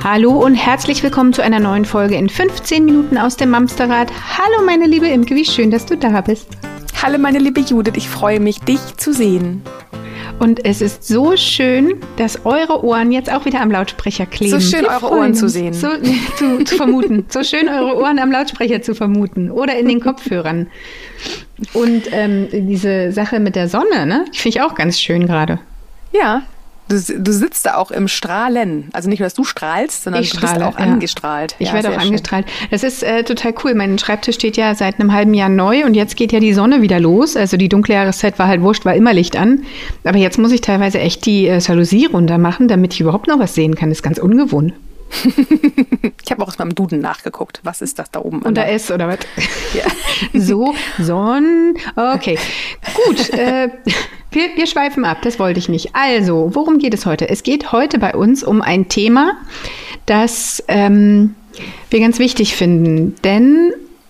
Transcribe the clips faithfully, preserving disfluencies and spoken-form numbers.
Hallo und herzlich willkommen zu einer neuen Folge in fünfzehn Minuten aus dem Mamsterrad. Hallo meine liebe Imke, wie schön, dass du da bist. Hallo meine liebe Judith, ich freue mich, dich zu sehen. Und es ist so schön, dass eure Ohren jetzt auch wieder am Lautsprecher kleben. So schön, Wir eure Ohren zu sehen. So, zu, zu vermuten. So schön, eure Ohren am Lautsprecher zu vermuten oder in den Kopfhörern. Und ähm, diese Sache mit der Sonne, ne, die finde ich auch ganz schön gerade. Ja, du, du sitzt da auch im Strahlen. Also nicht nur, dass du strahlst, sondern ich du strahle, bist auch ja. angestrahlt. Ich ja, werde auch schön. angestrahlt. Das ist äh, total cool. Mein Schreibtisch steht ja seit einem halben Jahr neu und jetzt geht ja die Sonne wieder los. Also die dunkle Jahreszeit war halt wurscht, war immer Licht an. Aber jetzt muss ich teilweise echt die äh, Jalousie runter machen, damit ich überhaupt noch was sehen kann. Das ist ganz ungewohnt. Ich habe auch aus meinem Duden nachgeguckt. Was ist das da oben? Unter S oder was? Ja. So, Sonn. Okay, gut. Äh, wir, wir schweifen ab, das wollte ich nicht. Also, worum geht es heute? Es geht heute bei uns um ein Thema, das ähm, wir ganz wichtig finden. Denn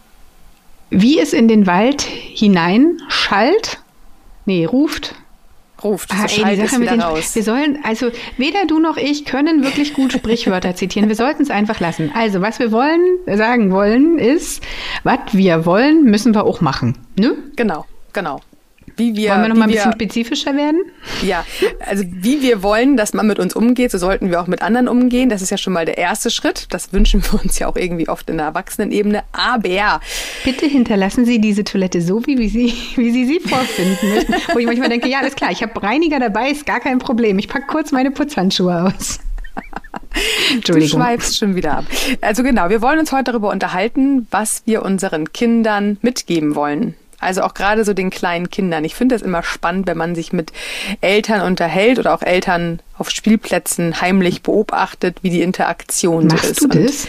wie es in den Wald hinein schallt, nee, ruft, ruft, ah, so ey, die schallt Sache es mit wieder den, raus. Wir sollen, also weder du noch ich können wirklich gut Sprichwörter zitieren. Wir sollten es einfach lassen. Also, was wir wollen, sagen wollen, ist, was wir wollen, müssen wir auch machen. Ne? Genau, genau. Wie wir, wollen wir noch mal ein wir, bisschen spezifischer werden? Ja, also wie wir wollen, dass man mit uns umgeht, so sollten wir auch mit anderen umgehen. Das ist ja schon mal der erste Schritt. Das wünschen wir uns ja auch irgendwie oft in der Erwachsenenebene. Aber bitte hinterlassen Sie diese Toilette so, wie, wie, Sie, wie Sie sie vorfinden möchten. Wo ich manchmal denke, ja, alles klar, ich habe Reiniger dabei, ist gar kein Problem. Ich packe kurz meine Putzhandschuhe aus. Entschuldigung. Du schweifst schon wieder ab. Also genau, wir wollen uns heute darüber unterhalten, was wir unseren Kindern mitgeben wollen. Also auch gerade so den kleinen Kindern. Ich finde das immer spannend, wenn man sich mit Eltern unterhält oder auch Eltern auf Spielplätzen heimlich beobachtet, wie die Interaktion so ist. Machst du das?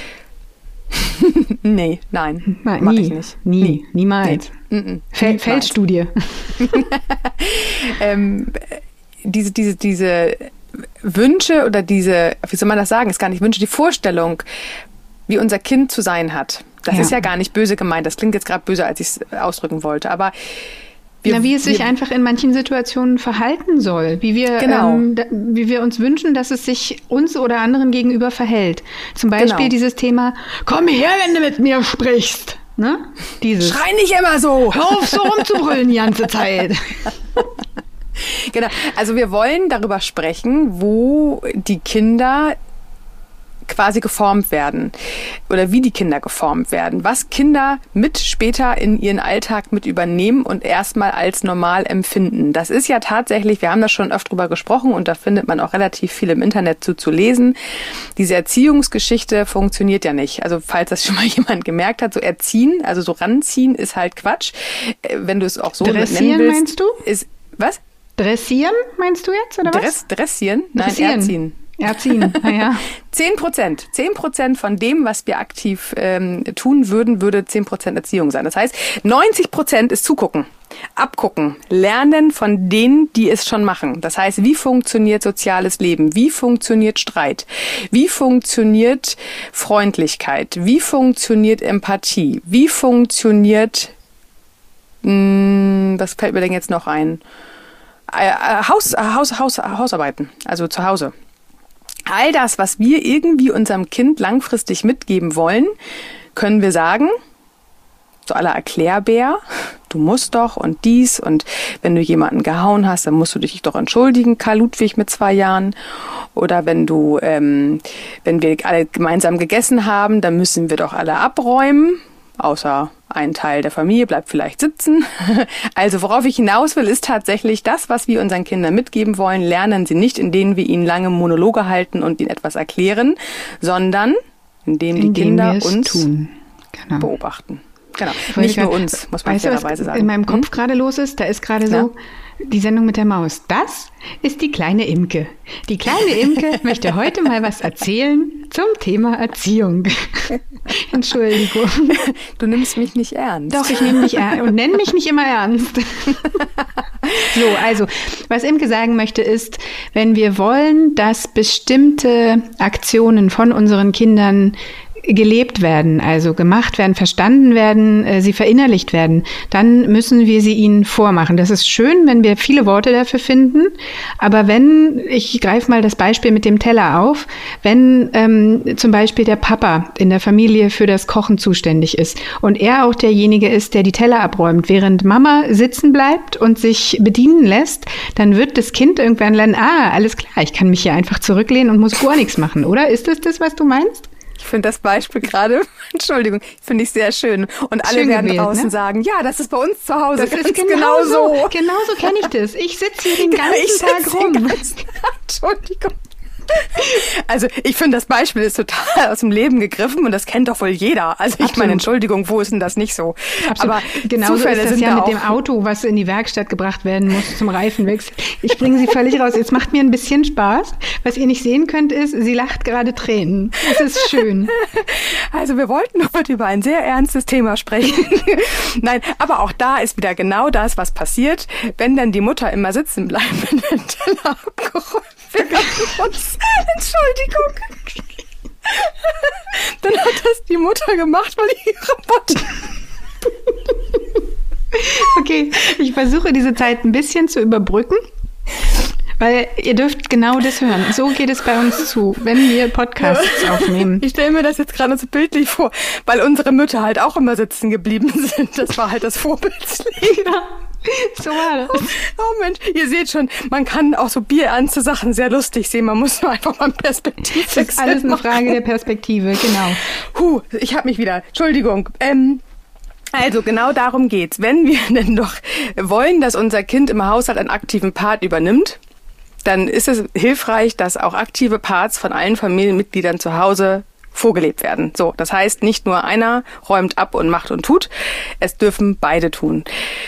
Nee, nein, Na, mach nie, ich nicht. Nie, nie. niemals. Nee. Mm-mm. Fel- Feldstudie. ähm, diese, diese, diese Wünsche oder diese, wie soll man das sagen, ist gar nicht Wünsche, die Vorstellung, wie unser Kind zu sein hat. Das ja. ist ja gar nicht böse gemeint. Das klingt jetzt gerade böse, als ich es ausdrücken wollte. Aber wir, Na, wie es sich wir, einfach in manchen Situationen verhalten soll. Wie wir, genau. ähm, da, wie wir uns wünschen, dass es sich uns oder anderen gegenüber verhält. Zum Beispiel genau. dieses Thema, komm her, wenn du mit mir sprichst. Ne? Dieses. Schrei nicht immer so. Hör auf, so rumzubrüllen die ganze Zeit. Genau. Also wir wollen darüber sprechen, wo die Kinder quasi geformt werden oder wie die Kinder geformt werden, was Kinder mit später in ihren Alltag mit übernehmen und erstmal als normal empfinden. Das ist ja tatsächlich, wir haben da schon öfter drüber gesprochen und da findet man auch relativ viel im Internet zu, zu lesen. Diese Erziehungsgeschichte funktioniert ja nicht. Also falls das schon mal jemand gemerkt hat, so erziehen, also so ranziehen ist halt Quatsch. Wenn du es auch so Dressieren, nennen willst. Meinst du? Ist, was? Dressieren meinst du jetzt oder Dress, was? Dressieren? Nein, Dressieren. erziehen. Erziehen, naja. Zehn Prozent. Zehn Prozent von dem, was wir aktiv ähm, tun würden, würde zehn Prozent Erziehung sein. Das heißt, neunzig Prozent ist zugucken, abgucken, lernen von denen, die es schon machen. Das heißt, wie funktioniert soziales Leben? Wie funktioniert Streit? Wie funktioniert Freundlichkeit? Wie funktioniert Empathie? Wie funktioniert, mh, was fällt mir denn jetzt noch ein? Äh, Haus, Haus, Haus, Hausarbeiten, also zu Hause. All das, was wir irgendwie unserem Kind langfristig mitgeben wollen, können wir sagen, so aller Erklärbär, du musst doch und dies und wenn du jemanden gehauen hast, dann musst du dich doch entschuldigen, Karl Ludwig mit zwei Jahren. Oder wenn du, ähm, wenn wir alle gemeinsam gegessen haben, dann müssen wir doch alle abräumen, außer ein Teil der Familie bleibt vielleicht sitzen. Also worauf ich hinaus will, ist tatsächlich das, was wir unseren Kindern mitgeben wollen, lernen sie nicht, indem wir ihnen lange Monologe halten und ihnen etwas erklären, sondern indem die indem Kinder wir es uns tun. Genau. beobachten. Genau, nicht nur uns, muss man weißt du, fairerweise was sagen. in meinem Kopf hm? gerade los ist? Da ist gerade so, die Sendung mit der Maus. Das ist die kleine Imke. Die kleine Imke möchte heute mal was erzählen zum Thema Erziehung. Entschuldigung. Du nimmst mich nicht ernst. Doch, ich nehme mich ernst und nenne mich nicht immer ernst. So, also, was Imke sagen möchte ist, wenn wir wollen, dass bestimmte Aktionen von unseren Kindern gelebt werden, also gemacht werden, verstanden werden, äh, sie verinnerlicht werden, dann müssen wir sie ihnen vormachen. Das ist schön, wenn wir viele Worte dafür finden, aber wenn, ich greife mal das Beispiel mit dem Teller auf, wenn ähm, zum Beispiel der Papa in der Familie für das Kochen zuständig ist und er auch derjenige ist, der die Teller abräumt, während Mama sitzen bleibt und sich bedienen lässt, dann wird das Kind irgendwann lernen, ah, alles klar, ich kann mich hier einfach zurücklehnen und muss gar nichts machen, oder? Ist das das, was du meinst? Ich finde das Beispiel gerade, Entschuldigung, finde ich sehr schön. Und alle schön werden gewählt, draußen ne? sagen, ja, das ist bei uns zu Hause. Das ist genau, genau so. Genau so kenne ich das. Ich sitze hier den ganzen ich Tag rum. Den ganzen, Entschuldigung. Also ich finde, das Beispiel ist total aus dem Leben gegriffen und das kennt doch wohl jeder. Also ich Absolut. meine, Entschuldigung, wo ist denn das nicht so? Absolut. Aber genauso Zufälle ist das ja da mit dem Auto, was in die Werkstatt gebracht werden muss zum Reifenwechsel. Ich bringe sie völlig raus. Jetzt macht mir ein bisschen Spaß. Was ihr nicht sehen könnt, ist, sie lacht gerade Tränen. Das ist schön. Also wir wollten heute über ein sehr ernstes Thema sprechen. Nein, aber auch da ist wieder genau das, was passiert, wenn dann die Mutter immer sitzen bleibt, wenn der Teller abgeräumt wird. Entschuldigung. Dann hat das die Mutter gemacht, weil ihre Mutter... Okay, ich versuche diese Zeit ein bisschen zu überbrücken, weil ihr dürft genau das hören. So geht es bei uns zu, wenn wir Podcasts aufnehmen. Ich stelle mir das jetzt gerade so bildlich vor, weil unsere Mütter halt auch immer sitzen geblieben sind. Das war halt das Vorbildsleben. Ja. So war das. Oh, oh Mensch, ihr seht schon, man kann auch so bierernste Sachen sehr lustig sehen. Man muss nur einfach mal Perspektive wechseln. Das ist alles eine Frage der Perspektive, genau. Huh, ich habe mich wieder. Entschuldigung. Ähm, also genau darum geht's. Wenn wir denn doch wollen, dass unser Kind im Haushalt einen aktiven Part übernimmt, dann ist es hilfreich, dass auch aktive Parts von allen Familienmitgliedern zu Hause vorgelebt werden. So, das heißt, nicht nur einer räumt ab und macht und tut, es dürfen beide tun.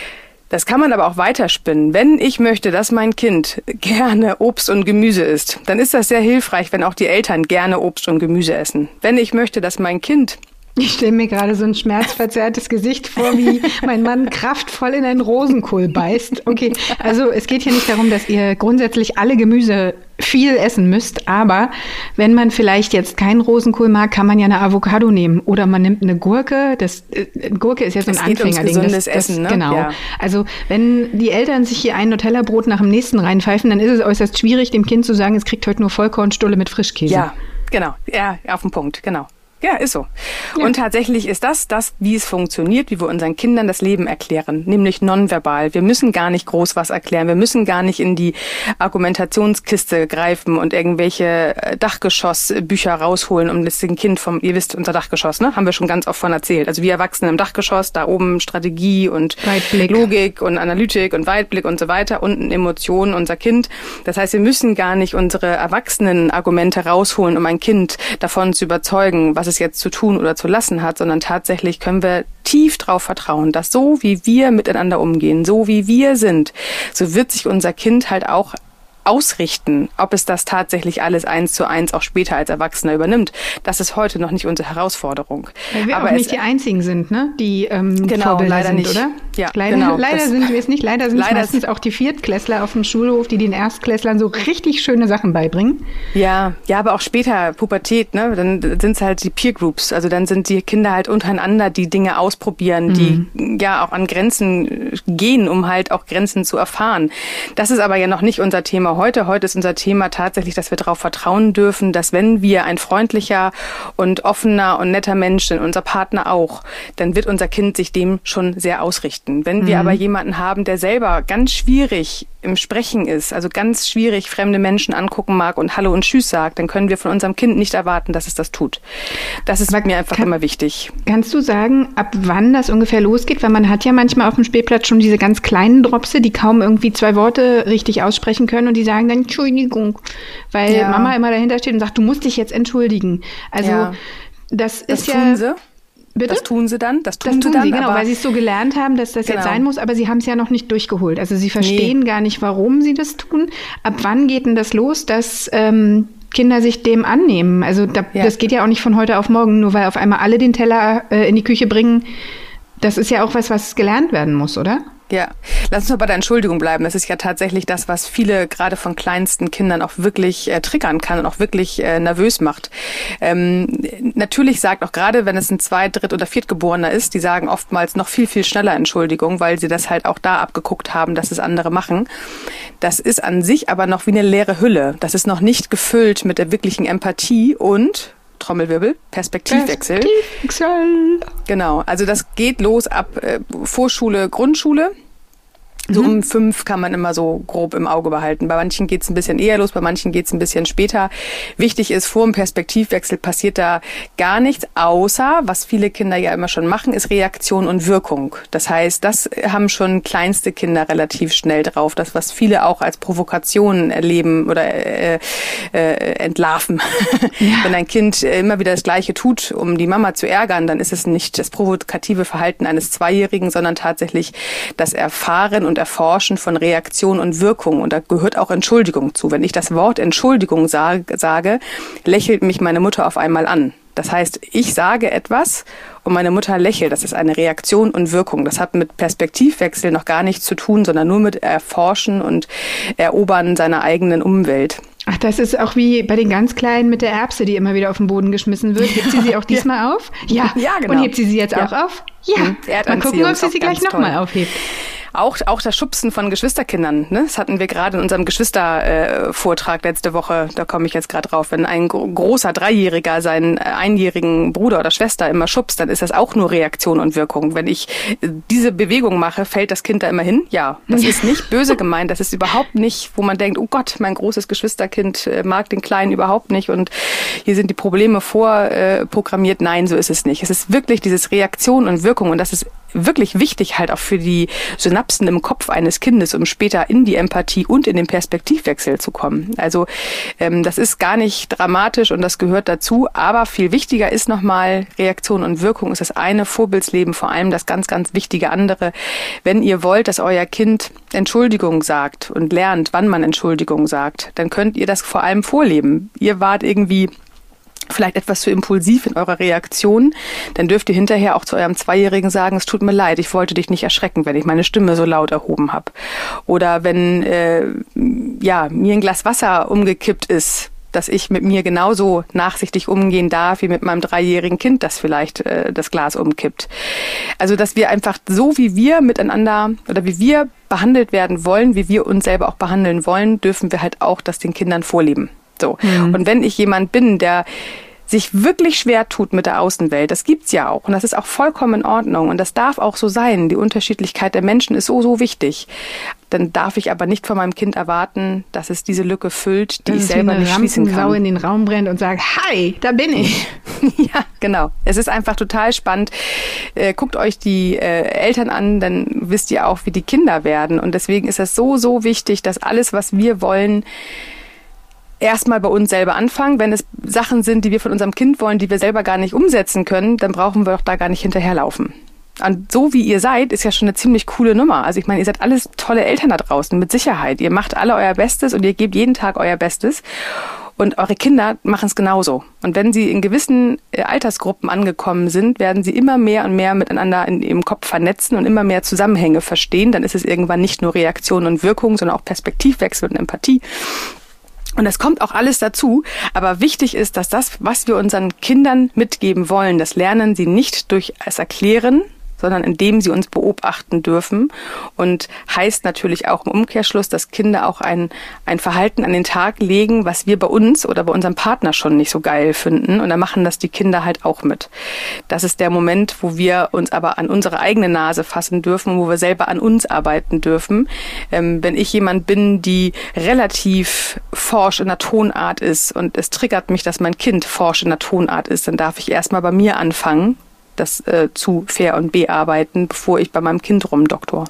Das kann man aber auch weiterspinnen. Wenn ich möchte, dass mein Kind gerne Obst und Gemüse isst, dann ist das sehr hilfreich, wenn auch die Eltern gerne Obst und Gemüse essen. Wenn ich möchte, dass mein Kind... Ich stelle mir gerade so ein schmerzverzerrtes Gesicht vor, wie mein Mann kraftvoll in einen Rosenkohl beißt. Okay, also es geht hier nicht darum, dass ihr grundsätzlich alle Gemüse viel essen müsst, aber wenn man vielleicht jetzt keinen Rosenkohl mag, kann man ja eine Avocado nehmen oder man nimmt eine Gurke. Das äh, Gurke ist ja so ein Anfängerding. Gesundes das, das, Essen, ne? Genau. Ja. Also wenn die Eltern sich hier ein Nutella-Brot nach dem nächsten reinpfeifen, dann ist es äußerst schwierig, dem Kind zu sagen, es kriegt heute nur Vollkornstulle mit Frischkäse. Ja, genau. Ja, auf den Punkt, genau. Ja, ist so. Ja. Und tatsächlich ist das das, wie es funktioniert, wie wir unseren Kindern das Leben erklären, nämlich nonverbal. Wir müssen gar nicht groß was erklären. Wir müssen gar nicht in die Argumentationskiste greifen und irgendwelche Dachgeschossbücher rausholen, um das Kind vom, ihr wisst, unser Dachgeschoss, ne, haben wir schon ganz oft von erzählt. Also wir Erwachsene im Dachgeschoss, da oben Strategie und Weitblick. Logik und Analytik und Weitblick und so weiter, unten Emotionen, unser Kind. Das heißt, wir müssen gar nicht unsere erwachsenen Argumente rausholen, um ein Kind davon zu überzeugen, was es jetzt zu tun oder zu lassen hat, sondern tatsächlich können wir tief darauf vertrauen, dass so wie wir miteinander umgehen, so wie wir sind, so wird sich unser Kind halt auch ausrichten, ob es das tatsächlich alles eins zu eins auch später als Erwachsener übernimmt. Das ist heute noch nicht unsere Herausforderung. Weil wir aber auch nicht die Einzigen sind, ne? Die ähm, genau, Vorbilder leider sind, nicht. Oder? Ja, leider genau. leider das sind wir es nicht. Leider sind es leider meistens auch die Viertklässler auf dem Schulhof, die den Erstklässlern so richtig schöne Sachen beibringen. Ja, ja, aber auch später Pubertät, ne? Dann sind es halt die Peer Groups. Also dann sind die Kinder halt untereinander, die Dinge ausprobieren, die mhm. ja auch an Grenzen gehen, um halt auch Grenzen zu erfahren. Das ist aber ja noch nicht unser Thema heute. Heute ist unser Thema tatsächlich, dass wir darauf vertrauen dürfen, dass wenn wir ein freundlicher und offener und netter Mensch sind, unser Partner auch, dann wird unser Kind sich dem schon sehr ausrichten. Wenn wir mhm. aber jemanden haben, der selber ganz schwierig im Sprechen ist, also ganz schwierig fremde Menschen angucken mag und Hallo und Tschüss sagt, dann können wir von unserem Kind nicht erwarten, dass es das tut. Das ist mir einfach Kann, immer wichtig. Kannst du sagen, ab wann das ungefähr losgeht? Weil man hat ja manchmal auf dem Spielplatz schon diese ganz kleinen Dropse, die kaum irgendwie zwei Worte richtig aussprechen können und die sagen dann Entschuldigung, weil ja. Mama immer dahinter steht und sagt, du musst dich jetzt entschuldigen. Also ja. das, das ist ja... Tun sie. Bitte? Das tun sie dann. Das tun, das tun sie dann. Sie, genau, weil sie es so gelernt haben, dass das genau. jetzt sein muss, aber sie haben es ja noch nicht durchgeholt. Also sie verstehen nee. gar nicht, warum sie das tun. Ab wann geht denn das los, dass ähm, Kinder sich dem annehmen? Also da, ja. das geht ja auch nicht von heute auf morgen, nur weil auf einmal alle den Teller äh, in die Küche bringen. Das ist ja auch was, was gelernt werden muss, oder? Ja, lass uns mal bei der Entschuldigung bleiben. Das ist ja tatsächlich das, was viele gerade von kleinsten Kindern auch wirklich äh, triggern kann und auch wirklich äh, nervös macht. Ähm, natürlich sagt auch gerade, wenn es ein Zweit-, Dritt- oder Viertgeborener ist, die sagen oftmals noch viel, viel schneller Entschuldigung, weil sie das halt auch da abgeguckt haben, dass es andere machen. Das ist an sich aber noch wie eine leere Hülle. Das ist noch nicht gefüllt mit der wirklichen Empathie und Trommelwirbel, Perspektivwechsel. Perspektivwechsel. Genau, also das geht los ab äh, Vorschule, Grundschule. So um fünf kann man immer so grob im Auge behalten. Bei manchen geht es ein bisschen eher los, bei manchen geht es ein bisschen später. Wichtig ist, vor dem Perspektivwechsel passiert da gar nichts, außer, was viele Kinder ja immer schon machen, ist Reaktion und Wirkung. Das heißt, das haben schon kleinste Kinder relativ schnell drauf. Das, was viele auch als Provokation erleben oder äh, äh, entlarven. Ja. Wenn ein Kind immer wieder das Gleiche tut, um die Mama zu ärgern, dann ist es nicht das provokative Verhalten eines Zweijährigen, sondern tatsächlich das Erfahren und Erforschen von Reaktion und Wirkung. Und da gehört auch Entschuldigung zu. Wenn ich das Wort Entschuldigung sage, sage, lächelt mich meine Mutter auf einmal an. Das heißt, ich sage etwas und meine Mutter lächelt. Das ist eine Reaktion und Wirkung. Das hat mit Perspektivwechsel noch gar nichts zu tun, sondern nur mit Erforschen und Erobern seiner eigenen Umwelt. Ach, das ist auch wie bei den ganz Kleinen mit der Erbse, die immer wieder auf den Boden geschmissen wird. Hebt sie sie auch diesmal ja. auf? Ja. ja, genau. Und hebt sie sie jetzt ja. auch auf? Ja. Hm. Mal gucken, ob sie sie gleich nochmal aufhebt. Auch, auch das Schubsen von Geschwisterkindern, ne? Das hatten wir gerade in unserem Geschwistervortrag äh, letzte Woche, da komme ich jetzt gerade drauf. Wenn ein gro- großer Dreijähriger seinen äh, einjährigen Bruder oder Schwester immer schubst, dann ist das auch nur Reaktion und Wirkung. Wenn ich äh, diese Bewegung mache, fällt das Kind da immer hin? Ja, das ist nicht böse gemeint, das ist überhaupt nicht, wo man denkt, oh Gott, mein großes Geschwisterkind äh, mag den Kleinen überhaupt nicht und hier sind die Probleme vorprogrammiert. Äh, Nein, so ist es nicht. Es ist wirklich dieses Reaktion und Wirkung und das ist wirklich wichtig halt auch für die Synapsen im Kopf eines Kindes, um später in die Empathie und in den Perspektivwechsel zu kommen. Also ähm, das ist gar nicht dramatisch und das gehört dazu, aber viel wichtiger ist nochmal, Reaktion und Wirkung ist das eine, Vorbildsleben vor allem das ganz, ganz wichtige andere. Wenn ihr wollt, dass euer Kind Entschuldigung sagt und lernt, wann man Entschuldigung sagt, dann könnt ihr das vor allem vorleben. Ihr wart irgendwie vielleicht etwas zu impulsiv in eurer Reaktion, dann dürft ihr hinterher auch zu eurem Zweijährigen sagen, es tut mir leid, ich wollte dich nicht erschrecken, wenn ich meine Stimme so laut erhoben habe. Oder wenn äh, ja mir ein Glas Wasser umgekippt ist, dass ich mit mir genauso nachsichtig umgehen darf, wie mit meinem dreijährigen Kind, das vielleicht äh, das Glas umkippt. Also, dass wir einfach so, wie wir miteinander oder wie wir behandelt werden wollen, wie wir uns selber auch behandeln wollen, dürfen wir halt auch das den Kindern vorleben. So. Mhm. Und wenn ich jemand bin, der sich wirklich schwer tut mit der Außenwelt, das gibt's ja auch und das ist auch vollkommen in Ordnung und das darf auch so sein. Die Unterschiedlichkeit der Menschen ist so, so wichtig. Dann darf ich aber nicht von meinem Kind erwarten, dass es diese Lücke füllt, die das ich selber nicht schließen kann. Sau in den Raum brennt und sagt, hi, da bin ich. Ja, genau. Es ist einfach total spannend. Äh, guckt euch die äh, Eltern an, dann wisst ihr auch, wie die Kinder werden und deswegen ist es so, so wichtig, dass alles, was wir wollen, erstmal bei uns selber anfangen. Wenn es Sachen sind, die wir von unserem Kind wollen, die wir selber gar nicht umsetzen können, dann brauchen wir doch da gar nicht hinterherlaufen. Und so wie ihr seid, ist ja schon eine ziemlich coole Nummer. Also ich meine, ihr seid alles tolle Eltern da draußen, mit Sicherheit. Ihr macht alle euer Bestes und ihr gebt jeden Tag euer Bestes. Und eure Kinder machen es genauso. Und wenn sie in gewissen Altersgruppen angekommen sind, werden sie immer mehr und mehr miteinander in ihrem Kopf vernetzen und immer mehr Zusammenhänge verstehen. Dann ist es irgendwann nicht nur Reaktion und Wirkung, sondern auch Perspektivwechsel und Empathie. Und das kommt auch alles dazu, aber wichtig ist, dass das, was wir unseren Kindern mitgeben wollen, das lernen sie nicht durch das Erklären, sondern indem sie uns beobachten dürfen und heißt natürlich auch im Umkehrschluss, dass Kinder auch ein, ein Verhalten an den Tag legen, was wir bei uns oder bei unserem Partner schon nicht so geil finden und dann machen das die Kinder halt auch mit. Das ist der Moment, wo wir uns aber an unsere eigene Nase fassen dürfen, wo wir selber an uns arbeiten dürfen. Ähm, wenn ich jemand bin, die relativ forsch in der Tonart ist und es triggert mich, dass mein Kind forsch in der Tonart ist, dann darf ich erstmal bei mir anfangen, das äh, zu fair und bearbeiten, bevor ich bei meinem Kind rumdoktor.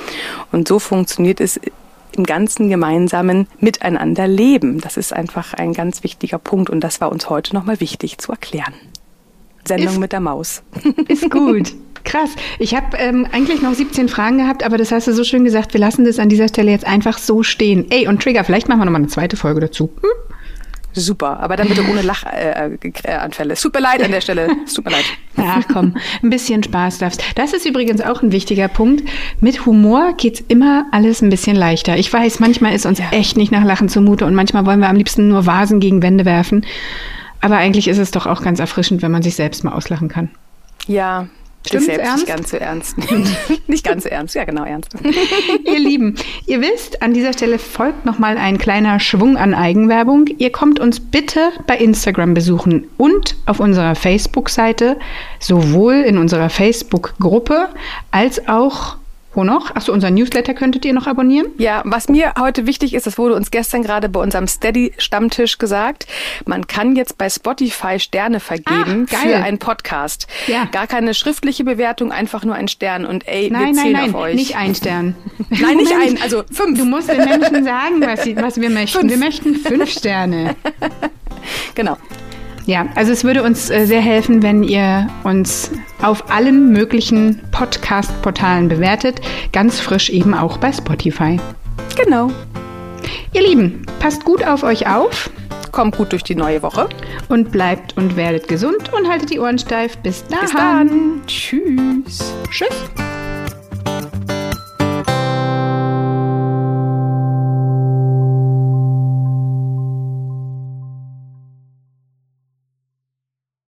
Und so funktioniert es im ganzen gemeinsamen Miteinander leben. Das ist einfach ein ganz wichtiger Punkt und das war uns heute nochmal wichtig zu erklären. Sendung ist, mit der Maus. Ist gut. Krass. Ich habe ähm, eigentlich noch siebzehn Fragen gehabt, aber das hast du so schön gesagt, wir lassen das an dieser Stelle jetzt einfach so stehen. Ey, und Trigger, vielleicht machen wir nochmal eine zweite Folge dazu. Hm? super. Aber dann bitte ohne Lachanfälle. Es tut mir leid an der Stelle. Es tut mir leid. Ach komm, ein bisschen Spaß darfst. Das ist übrigens auch ein wichtiger Punkt. Mit Humor geht's immer alles ein bisschen leichter. Ich weiß, manchmal ist uns ja. echt nicht nach Lachen zumute und manchmal wollen wir am liebsten nur Vasen gegen Wände werfen. Aber eigentlich ist es doch auch ganz erfrischend, wenn man sich selbst mal auslachen kann. Ja, Stimmt's selbst ernst? Nicht ganz so ernst. Nicht ganz so ernst, ja genau, ernst. Ihr Lieben, ihr wisst, an dieser Stelle folgt nochmal ein kleiner Schwung an Eigenwerbung. Ihr kommt uns bitte bei Instagram besuchen und auf unserer Facebook-Seite, sowohl in unserer Facebook-Gruppe als auch, wo noch? Achso, unser Newsletter könntet ihr noch abonnieren. Ja, was mir heute wichtig ist, das wurde uns gestern gerade bei unserem Steady-Stammtisch gesagt, man kann jetzt bei Spotify Sterne vergeben Ach, für einen Podcast. Ja. Gar keine schriftliche Bewertung, einfach nur ein Stern. Und ey, nein, wir zählen nein, nein, auf euch. nicht ein Stern. Nein, nicht ein, also fünf. Du musst den Menschen sagen, was, sie, was wir möchten. Fünf. Wir möchten fünf Sterne. Genau. Ja, also es würde uns äh, sehr helfen, wenn ihr uns auf allen möglichen Podcast-Portalen bewertet, ganz frisch eben auch bei Spotify. Genau. Ihr Lieben, passt gut auf euch auf. Kommt gut durch die neue Woche. Und bleibt und werdet gesund und haltet die Ohren steif. Bis dann. Bis dann. Tschüss. Tschüss.